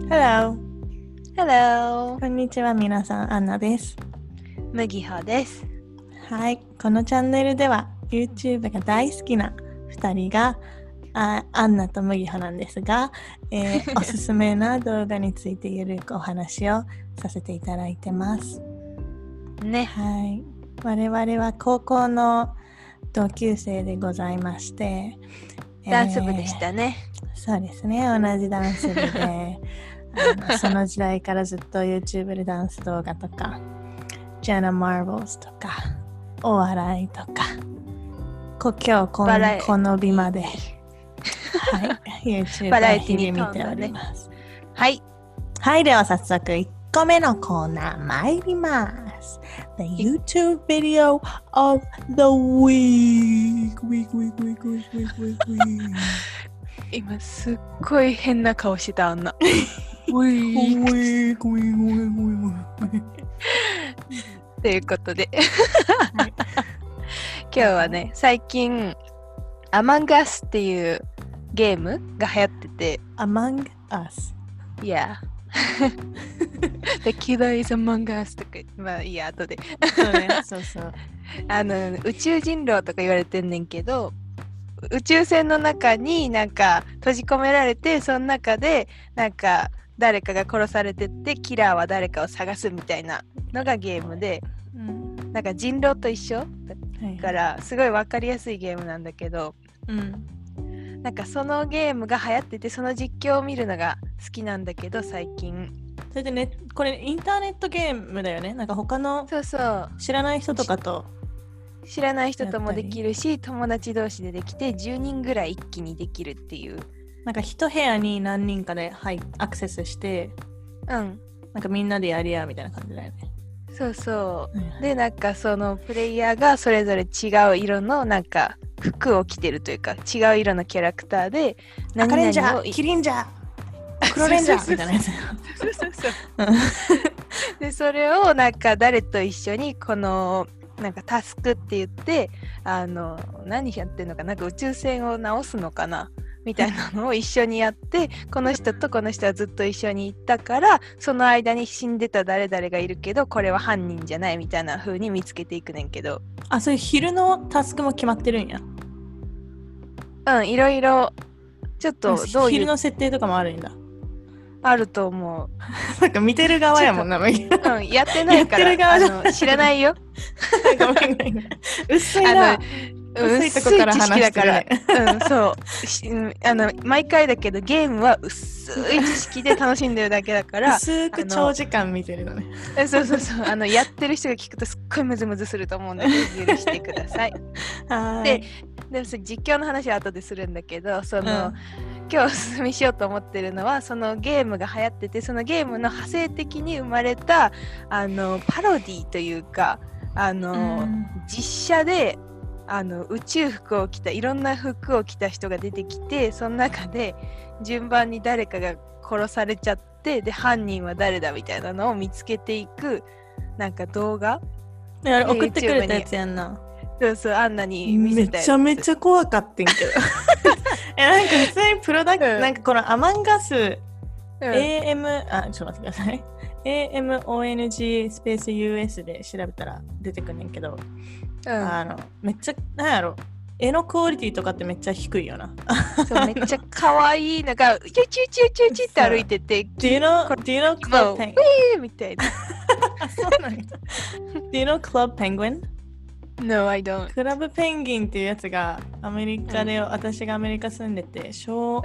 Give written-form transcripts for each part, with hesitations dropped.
Hello! Hello! こんにちは、皆さん、アンナです。 麦穂です。 はい、このチャンネルでは YouTube が大好きな2人がアンナと麦穂なんですが、おすすめな動画についてゆるくお話をさせていただいてます。 ね。 はい、我々は高校の同級生でございまして、 ダンス部でしたね。 そうですね、同じダンス部でその時代からずっと YouTube でダンス動画とかジェナ・マーブルズとかお笑いとか今日この日まで、はい、YouTube を日々見ております。 はい。 はい、では早速1個目のコーナー参ります。The YouTube video of the week. 今すっごい変な顔してた、あんな。ということで、今日はね、最近 Among Us っていうゲームが流行ってて Among Us Yeah The killer is among us とか、まあいいや、後でそう宇宙人狼とか言われてんねんけど、宇宙船の中になんか閉じ込められて、その中でなんか誰かが殺されてって、キラーは誰かを探すみたいなのがゲームで、なんか人狼と一緒だからすごい分かりやすいゲームなんだけど、なんかそのゲームが流行ってて、その実況を見るのが好きなんだけど、最近。 それでね、これインターネットゲームだよね。なんか他の知らない人とかと知らない人ともできるし、友達同士でできて10人ぐらい一気にできるっていう。 なんか一部屋に何人かで、アクセスして、なんかみんなでやり合うみたいな感じだよね。 そうそう。で、なんかそのプレイヤーがそれぞれ違う色のなんか服を着てるというか、違う色のキャラクターで、 赤レンジャー、キリンジャー、黒レンジャーみたいなやつ。 で、それをなんか誰と一緒にこのなんかタスクって言って、何やってんのかな、なんか宇宙船を直すのかなみたいなのを一緒にやってこの人とこの人はずっと一緒に行ったから、その間に死んでた誰々がいるけど、これは犯人じゃないみたいな風に見つけていくねんけど。 あ、そういう昼のタスクも決まってるんや。 いろいろちょっとどういう昼の設定とかもあるんだ。 あると思う。 なんか見てる側やもんな。 やってないから知らないよ。 ごめん。薄いな。薄いとこから話してるね。 そう。毎回だけどゲームは薄い知識で楽しんでるだけだから薄く長時間見てるのね。 そう。やってる人が聞くとすっごいムズムズすると思うんで許してください。で実況の話は後でするんだけど、今日おすすめしようと思ってるのは、そのゲームが流行ってて、そのゲームの派生的に生まれたパロディというか実写で宇宙服を着た、いろんな服を着た人が出てきて、その中で順番に誰かが殺されちゃって、で犯人は誰だみたいなのを見つけていくなんか動画。 送ってくれたやつやんな。 そう、アンナに見せたやつ。 めちゃめちゃ怖かったんけどなんか普通にプロダクト、なんかこのアマンガス、AM ちょっと待ってください。AMONG スペース US で調べたら出てくんねんけど、めっちゃなんやろ、絵のクオリティとかってめっちゃ低いよな。 そう、めっちゃ可愛いのがチュチュって歩いてて、 Do you know Club Penguin? みたいな。 そうなんだ。Do you know Club Penguin? No, I don't. クラブペンギンっていうやつがアメリカで、私がアメリカ住んでて小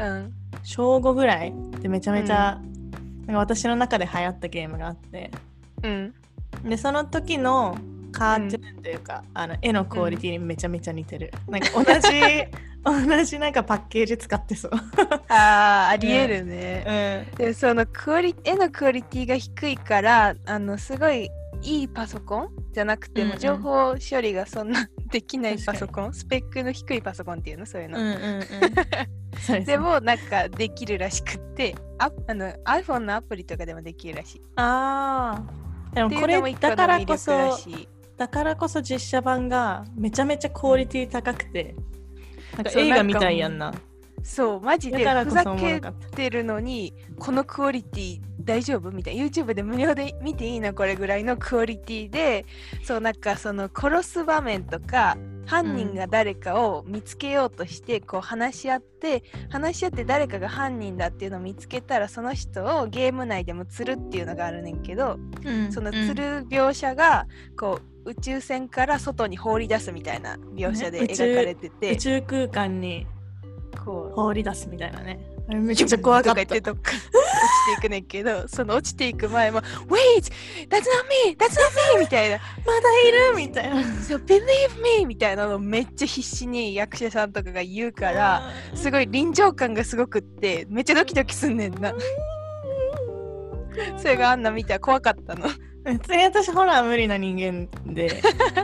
5ぐらいでめちゃめちゃ、なんか私の中で流行ったゲームがあって、でその時のカートゥーンというか、絵のクオリティにめちゃめちゃ似てる。なんか同じなんかパッケージ使ってそう。 ありえるね。でその絵のクオリティが低いから、すごいいいパソコンじゃなくても、情報処理がそんなできないパソコン、スペックの低いパソコンっていうの、そういうの。でもなんかできるらしくって、iPhone のアプリとかでもできるらしい。 でもこれだからこそ実写版がめちゃめちゃクオリティ高くて、なんか映画みたいやんな。 そうマジでふざけてるのにこのクオリティ大丈夫みたいな YouTube で無料で見ていいのこれぐらいのクオリティでそうなんかその殺す場面とか犯人が誰かを見つけようとしてこう話し合って誰かが犯人だっていうのを見つけたらその人をゲーム内でも釣るっていうのがあるねんけど、その釣る描写がこう宇宙船から外に放り出すみたいな描写で描かれてて、 宇宙空間にこう放り出すみたいなね。めちゃくちゃ怖かった。 とか言ってどっか落ちていくねんけど、その落ちていく前も Wait! That's not me! That's not me! みたいなまだいるみたいなそう Believe me! みたいなのをめっちゃ必死に役者さんとかが言うからすごい臨場感がすごくってめっちゃドキドキすんねんなそれがあんな見たら怖かったの普通に私ホラー無理な人間で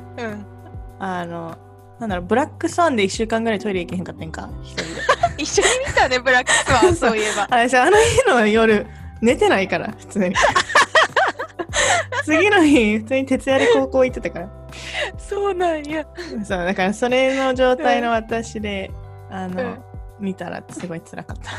なんだろうブラックスワンで1週間ぐらいトイレ行けへんかったんか一人で一緒に見たねブラックスワンそういえば私あの日の夜寝てないから普通に次の日普通に徹夜で高校行ってたからそうなんやそうだからそれの状態の私で見たらすごい辛かった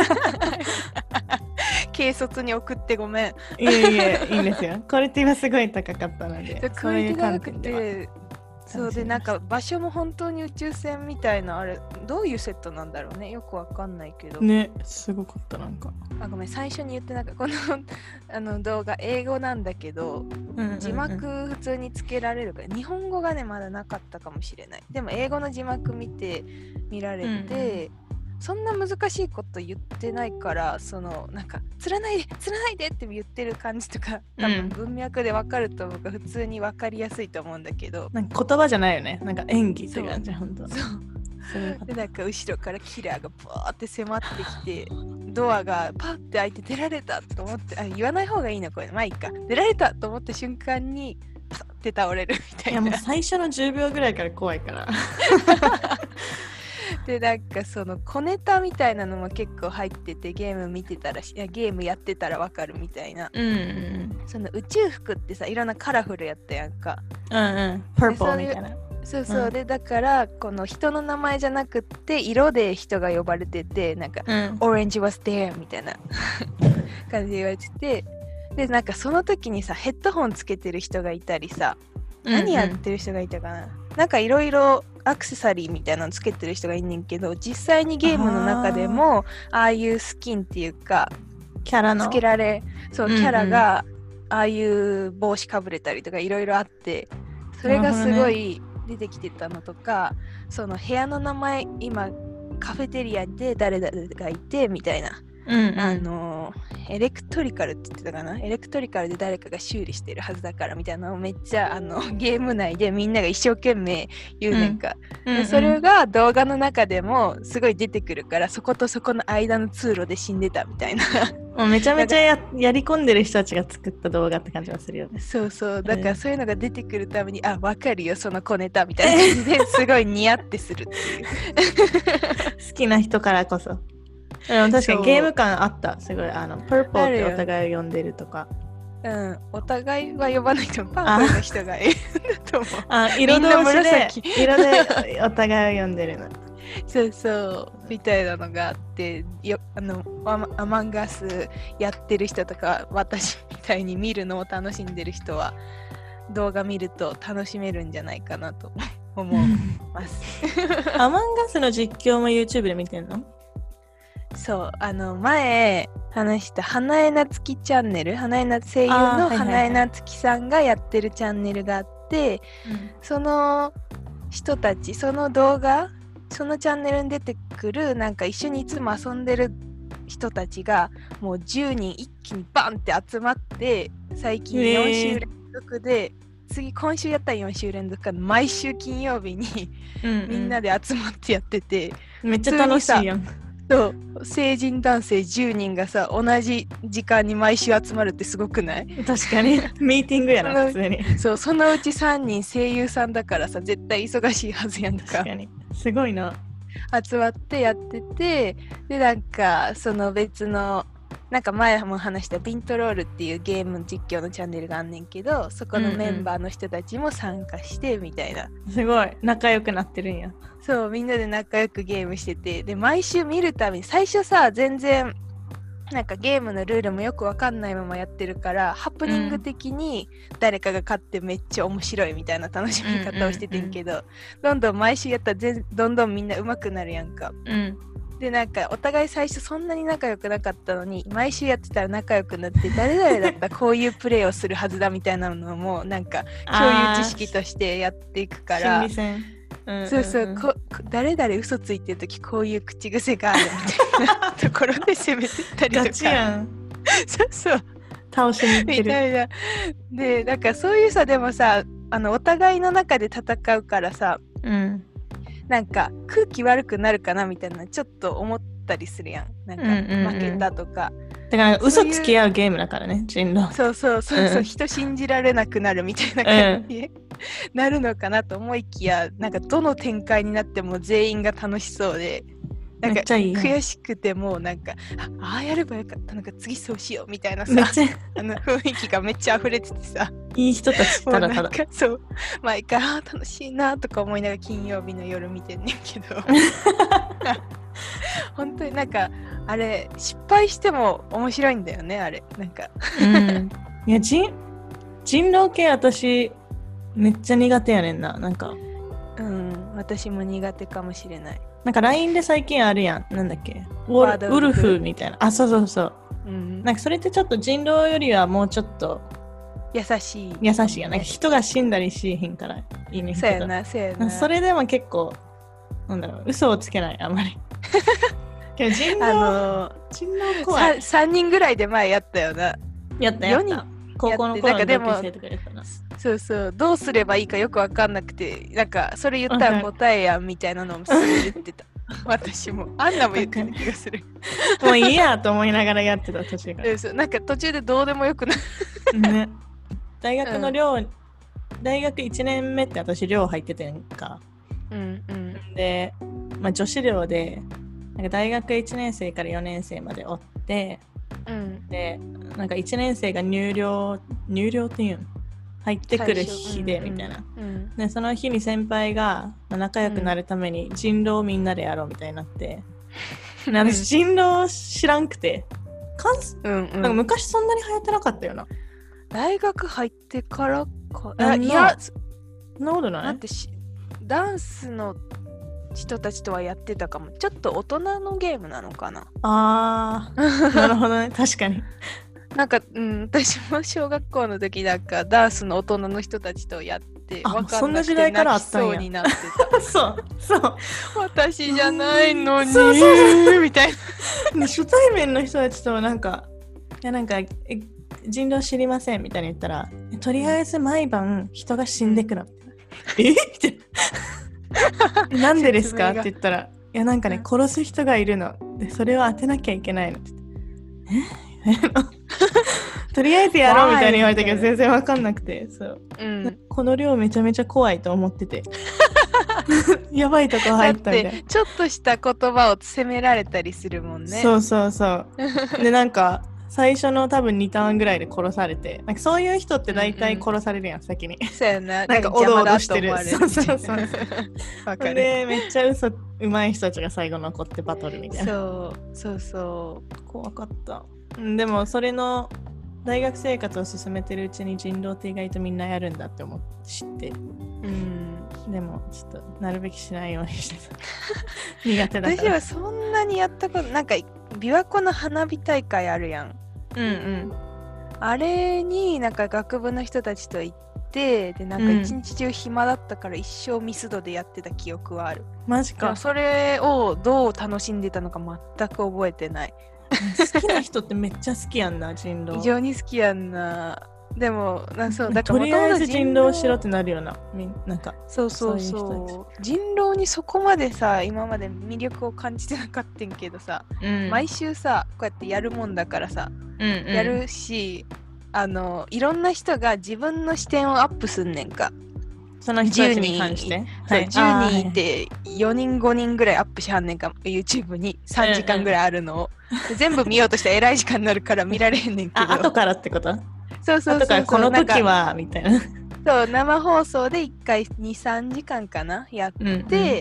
軽率に送ってごめんいえいいんですよクオリティはすごい高かったのでクオリティが高くてそうでなんか場所も本当に宇宙船みたいなあれどういうセットなんだろうねよくわかんないけどねすごかったなんかごめん最初に言ってなんかこの動画英語なんだけど、字幕普通につけられるから日本語がねまだなかったかもしれないでも英語の字幕見られて、そんな難しいこと言ってないからそのなんか釣らないでって言ってる感じとか多分文脈でわかると思うから普通にわかりやすいと思うんだけどなんか言葉じゃないよねなんか演技って感じほんとそうでなんか後ろからキラーがバーって迫ってきてドアがパッて開いて出られたと思って言わない方がいいなこれまあいいか出られたと思った瞬間にパッて倒れるみたいな。 いやもう最初の10秒ぐらいから怖いからでなんかその小ネタみたいなのも結構入っててゲームやってたらわかるみたいな、その宇宙服ってさいろんなカラフルやったやんかパープルみたいなそう、でだからこの人の名前じゃなくって色で人が呼ばれててなんか、Orange was there みたいな感じで言われててでなんかその時にさヘッドホンつけてる人がいたりさ何やってる人がいたかな、なんかいろいろアクセサリーみたいなのつけてる人がいんねんけど実際にゲームの中でもああいうスキンっていうかキャラのつけられそう、キャラがああいう帽子かぶれたりとかいろいろあってそれがすごい出てきてたのとか、その部屋の名前今カフェテリアで誰々がいてみたいな、エレクトリカルって言ってたかな、エレクトリカルで誰かが修理してるはずだからみたいなのをめっちゃゲーム内でみんなが一生懸命言うねんか、でそれが動画の中でもすごい出てくるからそことそこの間の通路で死んでたみたいなもうめちゃめちゃ やり込んでる人たちが作った動画って感じがするよね。 そうだからそういうのが出てくるためにわかるよその小ネタみたいな感じですごいニヤってするっていう好きな人からこそ確かにゲーム感あったすごいパープルってお互いを呼んでるとかお互いは呼ばないとパープルの人がいると思う色同士で色でお互いを呼んでるのそうみたいなのがあってアマンガスやってる人とか私みたいに見るのを楽しんでる人は動画見ると楽しめるんじゃないかなと思いますアマンガスの実況も YouTube で見てんの？ そう前話した花江夏樹チャンネル声優の花江夏樹さんがやってるチャンネルがあって、その人たちその動画そのチャンネルに出てくるなんか一緒にいつも遊んでる人たちがもう10人一気にバンって集まって最近4週連続で、今週やったら4週連続か毎週金曜日にみんなで集まってやってて、 めっちゃ楽しいやん。 そう成人男性10人がさ同じ時間に毎週集まるってすごくない？ 確かにミーティングやな普通に。 そうそのうち3人声優さんだからさ絶対忙しいはずやんか。 確かにすごいな。 集まってやっててでなんかその別のなんか前も話したビントロールっていうゲーム実況のチャンネルがあんねんけど、そこのメンバーの人たちも参加してみたいな、 すごい仲良くなってるんや。 そう、みんなで仲良くゲームしてて、で毎週見るたびに、最初さ全然なんかゲームのルールもよくわかんないままやってるから、ハプニング的に誰かが勝ってめっちゃ面白いみたいな楽しみ方をしててんけど、どんどん毎週やったらどんどんみんな上手くなるやんか。でなんかお互い最初そんなに仲良くなかったのに、毎週やってたら仲良くなって、誰々だったらこういうプレーをするはずだみたいなのもなんか共有知識としてやっていくから、そうそう、誰々嘘ついてるときこういう口癖があるみたいなところで攻めてったりとか。ガチやん。そうそう。 倒しに行ってる。みたいな。 で、なんかそういうさ、でもさ、お互いの中で戦うからさ、なんか空気悪くなるかなみたいなちょっと思ったりするやん。なんか負けたとか。 だから嘘つき合うゲームだからね、人狼。 そうそうそうそう、人信じられなくなるみたいな感じで、なるのかなと思いきや、なんかどの展開になっても全員が楽しそうで、なんか悔しくてもなんかああやればよかった、なんか次そうしようみたいなさ、雰囲気がめっちゃ溢れててさ、 いい人たちただただそう毎回楽しいなとか思いながら金曜日の夜見てんねんけど本当になんかあれ失敗しても面白いんだよね、あれなんかいや人狼系私めっちゃ苦手やねんな。なんか私も苦手かもしれない。 なんか LINE で最近あるやん、なんだっけ、ウルフみたいな、あ、そうそうそう、なんかそれってちょっと人狼よりはもうちょっと優しいやん。なんか人が死んだりしへんからいいねんけど、 そうやなそれでも結構なんだろう、嘘をつけないあんまりけど人狼怖い。 3人ぐらいで前やったよな。 やった高校の頃の同級生とかやったな。 そうそう、どうすればいいかよく分かんなくて、なんかそれ言ったら答えやんみたいなのもすぐ言ってた私もアンナも言ってる気がするもういいやと思いながらやってた途中からそう、なんか途中でどうでもよくなるね。大学の寮、大学1年目って私寮入っててんか、で、まあ、女子寮でなんか大学1年生から4年生までおって、でなんか1年生が入寮っていうの入ってくる日でみたいな、でその日に先輩が、まあ、仲良くなるために人狼みんなでやろうみたいになって、私人狼知らんくて、なんか昔そんなに流行ってなかったよな。 大学入ってからか。 いやそんなことない。 だってダンスの人たちとはやってたかも。ちょっと大人のゲームなのかな。 なるほどね、確かに。 なんか、私も小学校の時なんかダンスの大人の人たちとやって分かんなくて泣きそうになってた。そう私じゃないのにみたいな。初対面の人たちとなんか人狼知りませんみたいに言ったら、とりあえず毎晩人が死んでくのみたいななんでですかって言ったら、いやなんかね、殺す人がいるのでそれを当てなきゃいけないのって言って、とりあえずやろうみたいに言われたけど全然わかんなくて、そう、この量めちゃめちゃ怖いと思っててやばいとこ入ったみたいな。 ちょっとした言葉を責められたりするもんね。 そうでなんか最初の多分2ターンぐらいで殺されて、なんかそういう人って大体殺されるやん、先に。 そうやな。 なんかおどおどしてる。 そうわかる。でめっちゃ嘘うまい人たちが最後残ってバトルみたいな。 そう怖かった。でもそれの大学生活を進めてるうちに人狼って意外とみんなやるんだって知って、でもちょっとなるべきしないようにしてた苦手だから。 私はそんなにやったことなんか、琵琶湖の花火大会あるやん。あれになんか学部の人たちと行って、でなんか一日中暇だったから一生ミスドでやってた記憶はある。 マジか。 それをどう楽しんでたのか全く覚えてない。 好きな人ってめっちゃ好きやんな、人狼。 非常に好きやんな。でもそうだからとりあえず人狼しろってなるよな。なんかそう人狼にそこまでさ今まで魅力を感じてなかったんけどさ、毎週さこうやってやるもんだからさ、やるし、いろんな人が自分の視点をアップすんねんか。 その人たちに関して。 はい、10人いて4人5人ぐらいアップしはんねんか YouTube に3時間ぐらいあるのを、全部見ようとしたらえらい時間になるから見られへんねんけど。 後からってこと？ そうそうそうそう。 後からこの時はみたいな。 そう、生放送で1回 2,3 時間かなやって、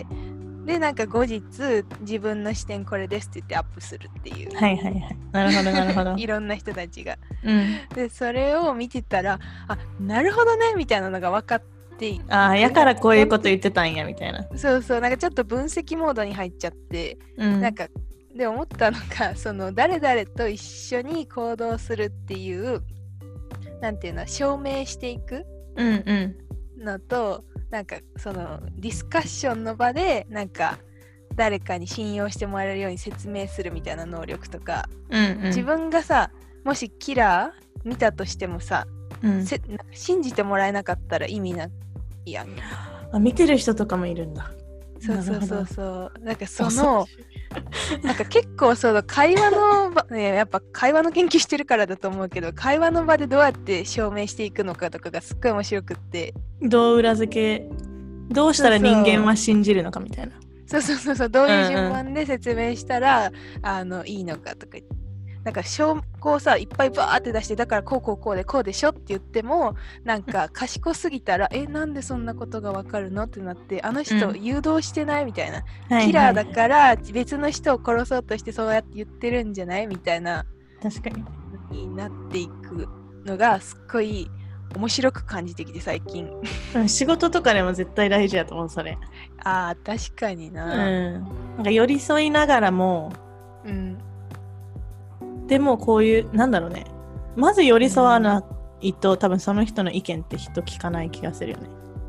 でなんか後日自分の視点これですって言ってアップするっていう。 はいはいはい。なるほどなるほど。 いろんな人たちが。でそれを見てたら、あ、なるほどねみたいなのが分かって。 やからこういうこと言ってたんやみたいな。 そうそう、なんかちょっと分析モードに入っちゃって、なんかで思ったのが、その誰々と一緒に行動するっていうなんていうの、証明していくのと、なんかそのディスカッションの場でなんか誰かに信用してもらえるように説明するみたいな能力とか、自分がさ、もしキラー見たとしてもさ、信じてもらえなかったら意味ないやん。 見てる人とかもいるんだ。 そうそうそうそう。なんかそのなんか結構その会話の場、ね、やっぱ会話の研究してるからだと思うけど、会話の場でどうやって証明していくのかとかがすっごい面白くって、 どう裏付け、どうしたら人間は信じるのかみたいな。 そうそうそうそう、どういう順番で説明したら、いいのかとか言って、なんか証拠をさいっぱいバーって出して、だからこうこうこうでこうでしょって言っても、なんか賢すぎたらなんでそんなことがわかるのってなって、あの人誘導してないみたいな、キラーだから別の人を殺そうとしてそうやって言ってるんじゃないみたいな、 確かになっていくのがすっごい面白く感じてきて最近。 仕事とかでも絶対大事だと思うそれ。 確かにな。 なんか寄り添いながらも、でもこういうなんだろうね、まず寄り添わないと、多分その人の意見って人聞かない気がするよね。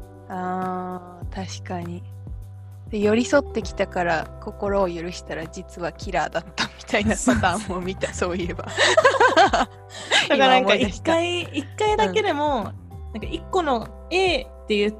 確かに。で寄り添ってきたから心を許したら実はキラーだったみたいなパターンも見た。そういえばだからなんか一回だけでも、なんか一個の A って言って、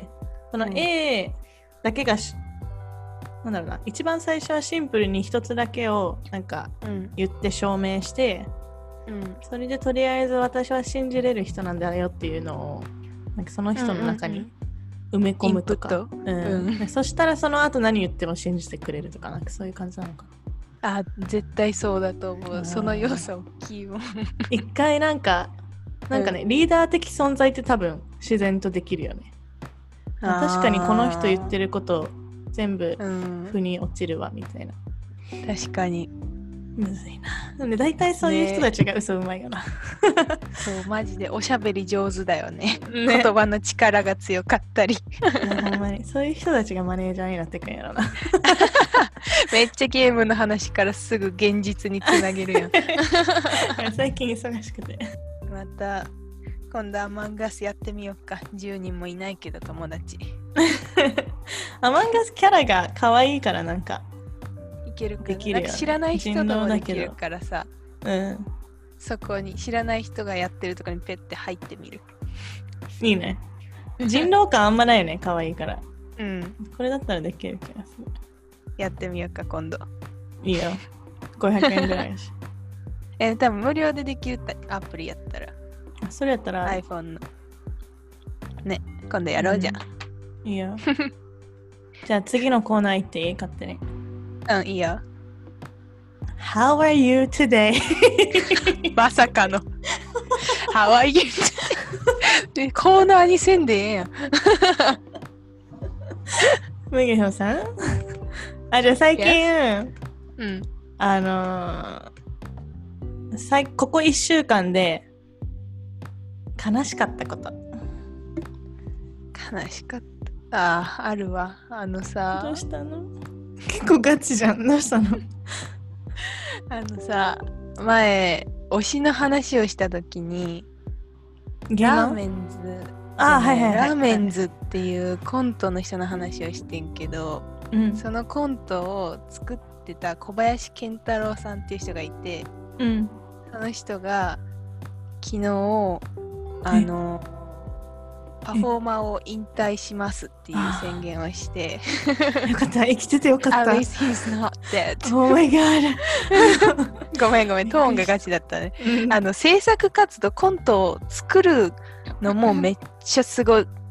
その A だけがなんだろうな、一番最初はシンプルに一つだけをなんか言って証明して、それでとりあえず私は信じれる人なんだよっていうのをなんかその人の中に埋め込むとか、そしたらその後何言っても信じてくれるとか、なんかそういう感じなのかな。絶対そうだと思う。その要素大きいもん。 一回なんかね、リーダー的存在って多分自然とできるよね。確かにこの人言ってること全部腑に落ちるわみたいな。 確かにむずいな。なんで大体そういう人たちが嘘うまいよな。 そうマジでおしゃべり上手だよね。言葉の力が強かったり。 ほんまにそういう人たちがマネージャーになってくんやろな。 めっちゃゲームの話からすぐ現実につなげるやん。 最近忙しくて。 また今度アマンガスやってみようか。10人もいないけど友達。 アマンガスキャラが可愛いからなんかいけるかな。 できるよね。 知らない人ともできるからさ、そこに知らない人がやってるところにペッて入ってみる。 いいね。人狼感あんまないよね、可愛いから。これだったらできる気がする。 やってみようか今度。 いいよ。500円ぐらいやし。 多分無料でできるアプリやったら。 それやったら iPhone のね、今度やろうじゃん。 いいよ。じゃあ次のコーナー行っていい？勝手に。 いいよ。 How are you today? まさかの。How are you today? コーナーにせんでええやん。 麦穂さん？じゃあ最近、ここ1週間で悲しかったこと。 悲しかった。あるわ。さ。 どうしたの？結構ガチじゃん。どうしたの？ 前推しの話をした時にラーメンズラーメンズっていうコントの人の話をしてんけど、そのコントを作ってた小林健太郎さんっていう人がいて、その人が昨日パフォーマーを引退しますっていう宣言をしてよかった、生きててよかった。 At least he's not dead. Oh my god. ごめんトーンがガチだったね。制作活動コントを作るのもめっちゃすご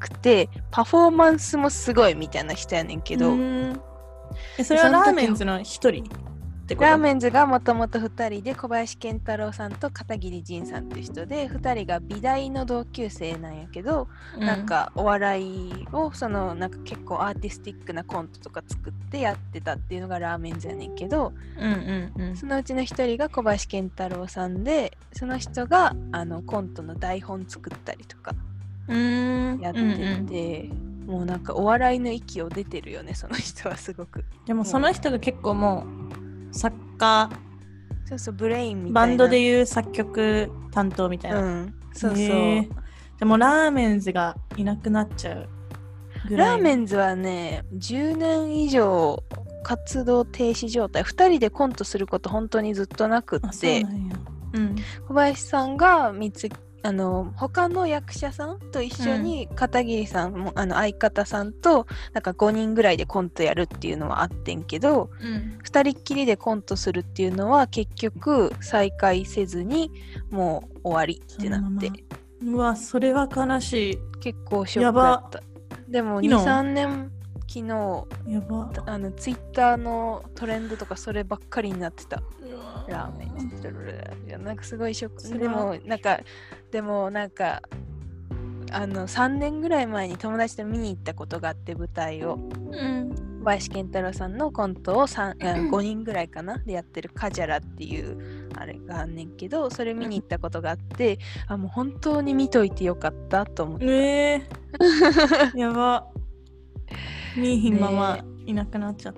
くてパフォーマンスもすごいみたいな人やねんけど、 それはラーメンズの一人ってこと？ ラーメンズがもともと2人で、小林賢太郎さんと片桐仁さんって人で、2人が美大の同級生なんやけど、なんかお笑いをなんか結構アーティスティックなコントとか作ってやってたっていうのがラーメンズやねんけど、そのうちの1人が小林賢太郎さんで、その人がコントの台本作ったりとかやってて、もうなんかお笑いの域を出てるよね、その人はすごく。 でもその人が結構もう作家、 そうブレインみたいな、 バンドでいう作曲担当みたいな、そうでもラーメンズがいなくなっちゃうぐらい。 ラーメンズはね10年以上活動停止状態、2人でコントすること本当にずっとなくって、小林さんが他の役者さんと一緒に片桐さんも、相方さんとなんか5人ぐらいでコントやるっていうのはあってんけど、2人っきりでコントするっていうのは結局再開せずにもう終わりってなって、 うわそれは悲しい。 結構ショックだった。でも 2,3 年昨日やばツイッターのトレンドとかそればっかりになってた。ラーメンなんかすごいショック。でもなんか3年ぐらい前に友達と見に行ったことがあって、舞台を、小林賢太郎さんのコントを5人ぐらいかなでやってるカジャラっていうあれがあんねんけど、それ見に行ったことがあって、もう本当に見といてよかったと思った。 やば見えひんままいなくなっちゃった、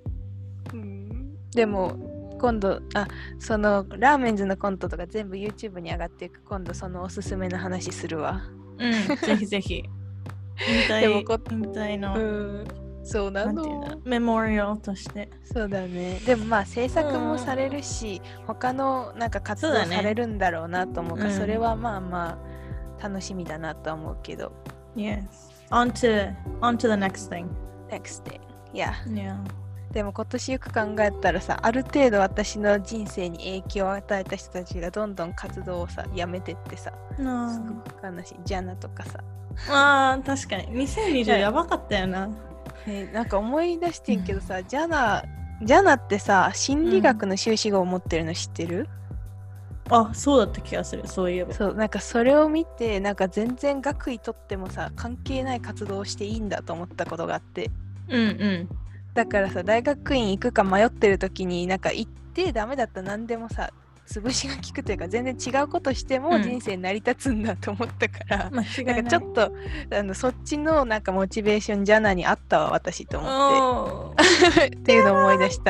でも今度そのラーメンズのコントとか全部 YouTube に上がっていく。今度そのおすすめの話するわ。 ぜひぜひ引退のそうなのメモリアルとして。 そうだね。でもまあ制作もされるし、他のなんか活動されるんだろうなと思うから、それはまあまあ楽しみだなと思うけど。 Yes. On to the next thing. Next thing. Yeah. でも今年よく考えたらさ、ある程度私の人生に影響を与えた人たちがどんどん活動をさやめてってさ、すごく悲しい。ジャナとかさ。 確かに2020やばかったよな。 なんか思い出してんけどさ、ジャナってさ、心理学の修士号を持ってるの知ってる？ そうだった気がする。そういえば。 そう、なんかそれを見て、なんか全然学位取ってもさ関係ない活動をしていいんだと思ったことがあって。だからさ、大学院行くか迷ってる時になんか行ってダメだったら何でもさ潰しが効くというか、全然違うことしても人生成り立つんだと思ったから、なんかちょっとそっちのなんかモチベーションジャナにあったわ私と思ってっていうのを思い出した。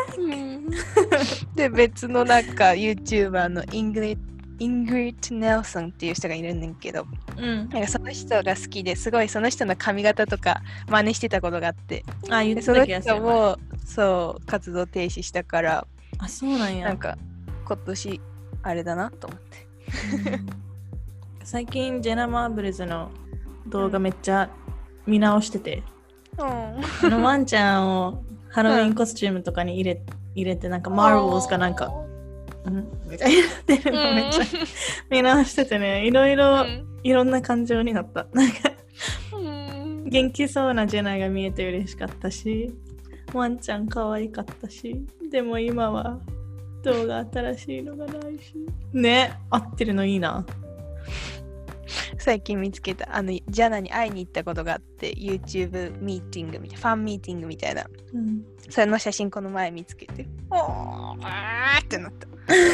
で別のなんか YouTuber のイングリッド・ネルソンっていう人がいるんだけど、なんかその人が好きですごいその人の髪型とか真似してたことがあって、 言ってそのた気がする。 人もそう活動停止したから、 そうなんや。 なんか今年あれだなと思って、 最近ジェナ・マーブルズの動画めっちゃ見直してて、ワンちゃんをハロウィンコスチュームとかに入れてなんかマーベルズかなんかみたいになってるのめっちゃ見直しててね、いろんな感情になった。なんか元気そうなジェナが見えて嬉しかったし、ワンちゃん可愛かったし、でも今は動画新しいのがないしね。合ってるのいいな。 最近見つけたジャナに会いに行ったことがあって、 YouTube ミーティングみたいな、ファンミーティングみたいな、それの写真この前見つけてってなった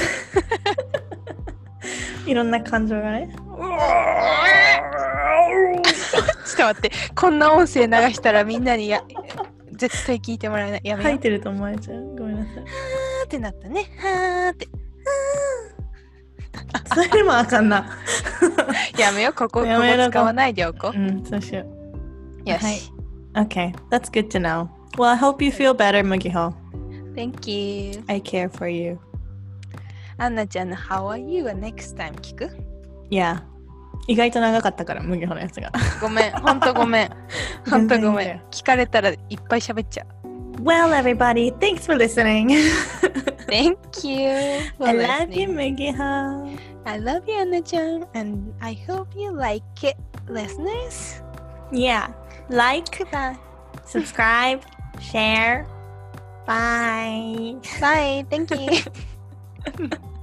いろんな感情がね。 ちょっと待って、こんな音声流したらみんなに絶対聞いてもらえない。やめよう。 吐いてると思われちゃう。ごめんなさい。 ってなったね。はーって。 それでもあかんな。 やめよう、ここ使わないでおこう。 そうしよう。 よし。 Okay, that's good to know. Well, I hope you feel better, Mugiho. Thank you. I care for you. アンナちゃんの How are you? は next time 聞く？ Yeah. 意外と長かったから、Mugihoのやつが。 ごめん、ほんとごめん。ほんとごめん。聞かれたらいっぱい喋っちゃう。 Well, everybody, thanks for listening. Thank you. I love you, Mugiho. I love you, Anna-chan, and I hope you like it. listeners. Yeah. Like, subscribe, share. Bye. Bye. Thank you.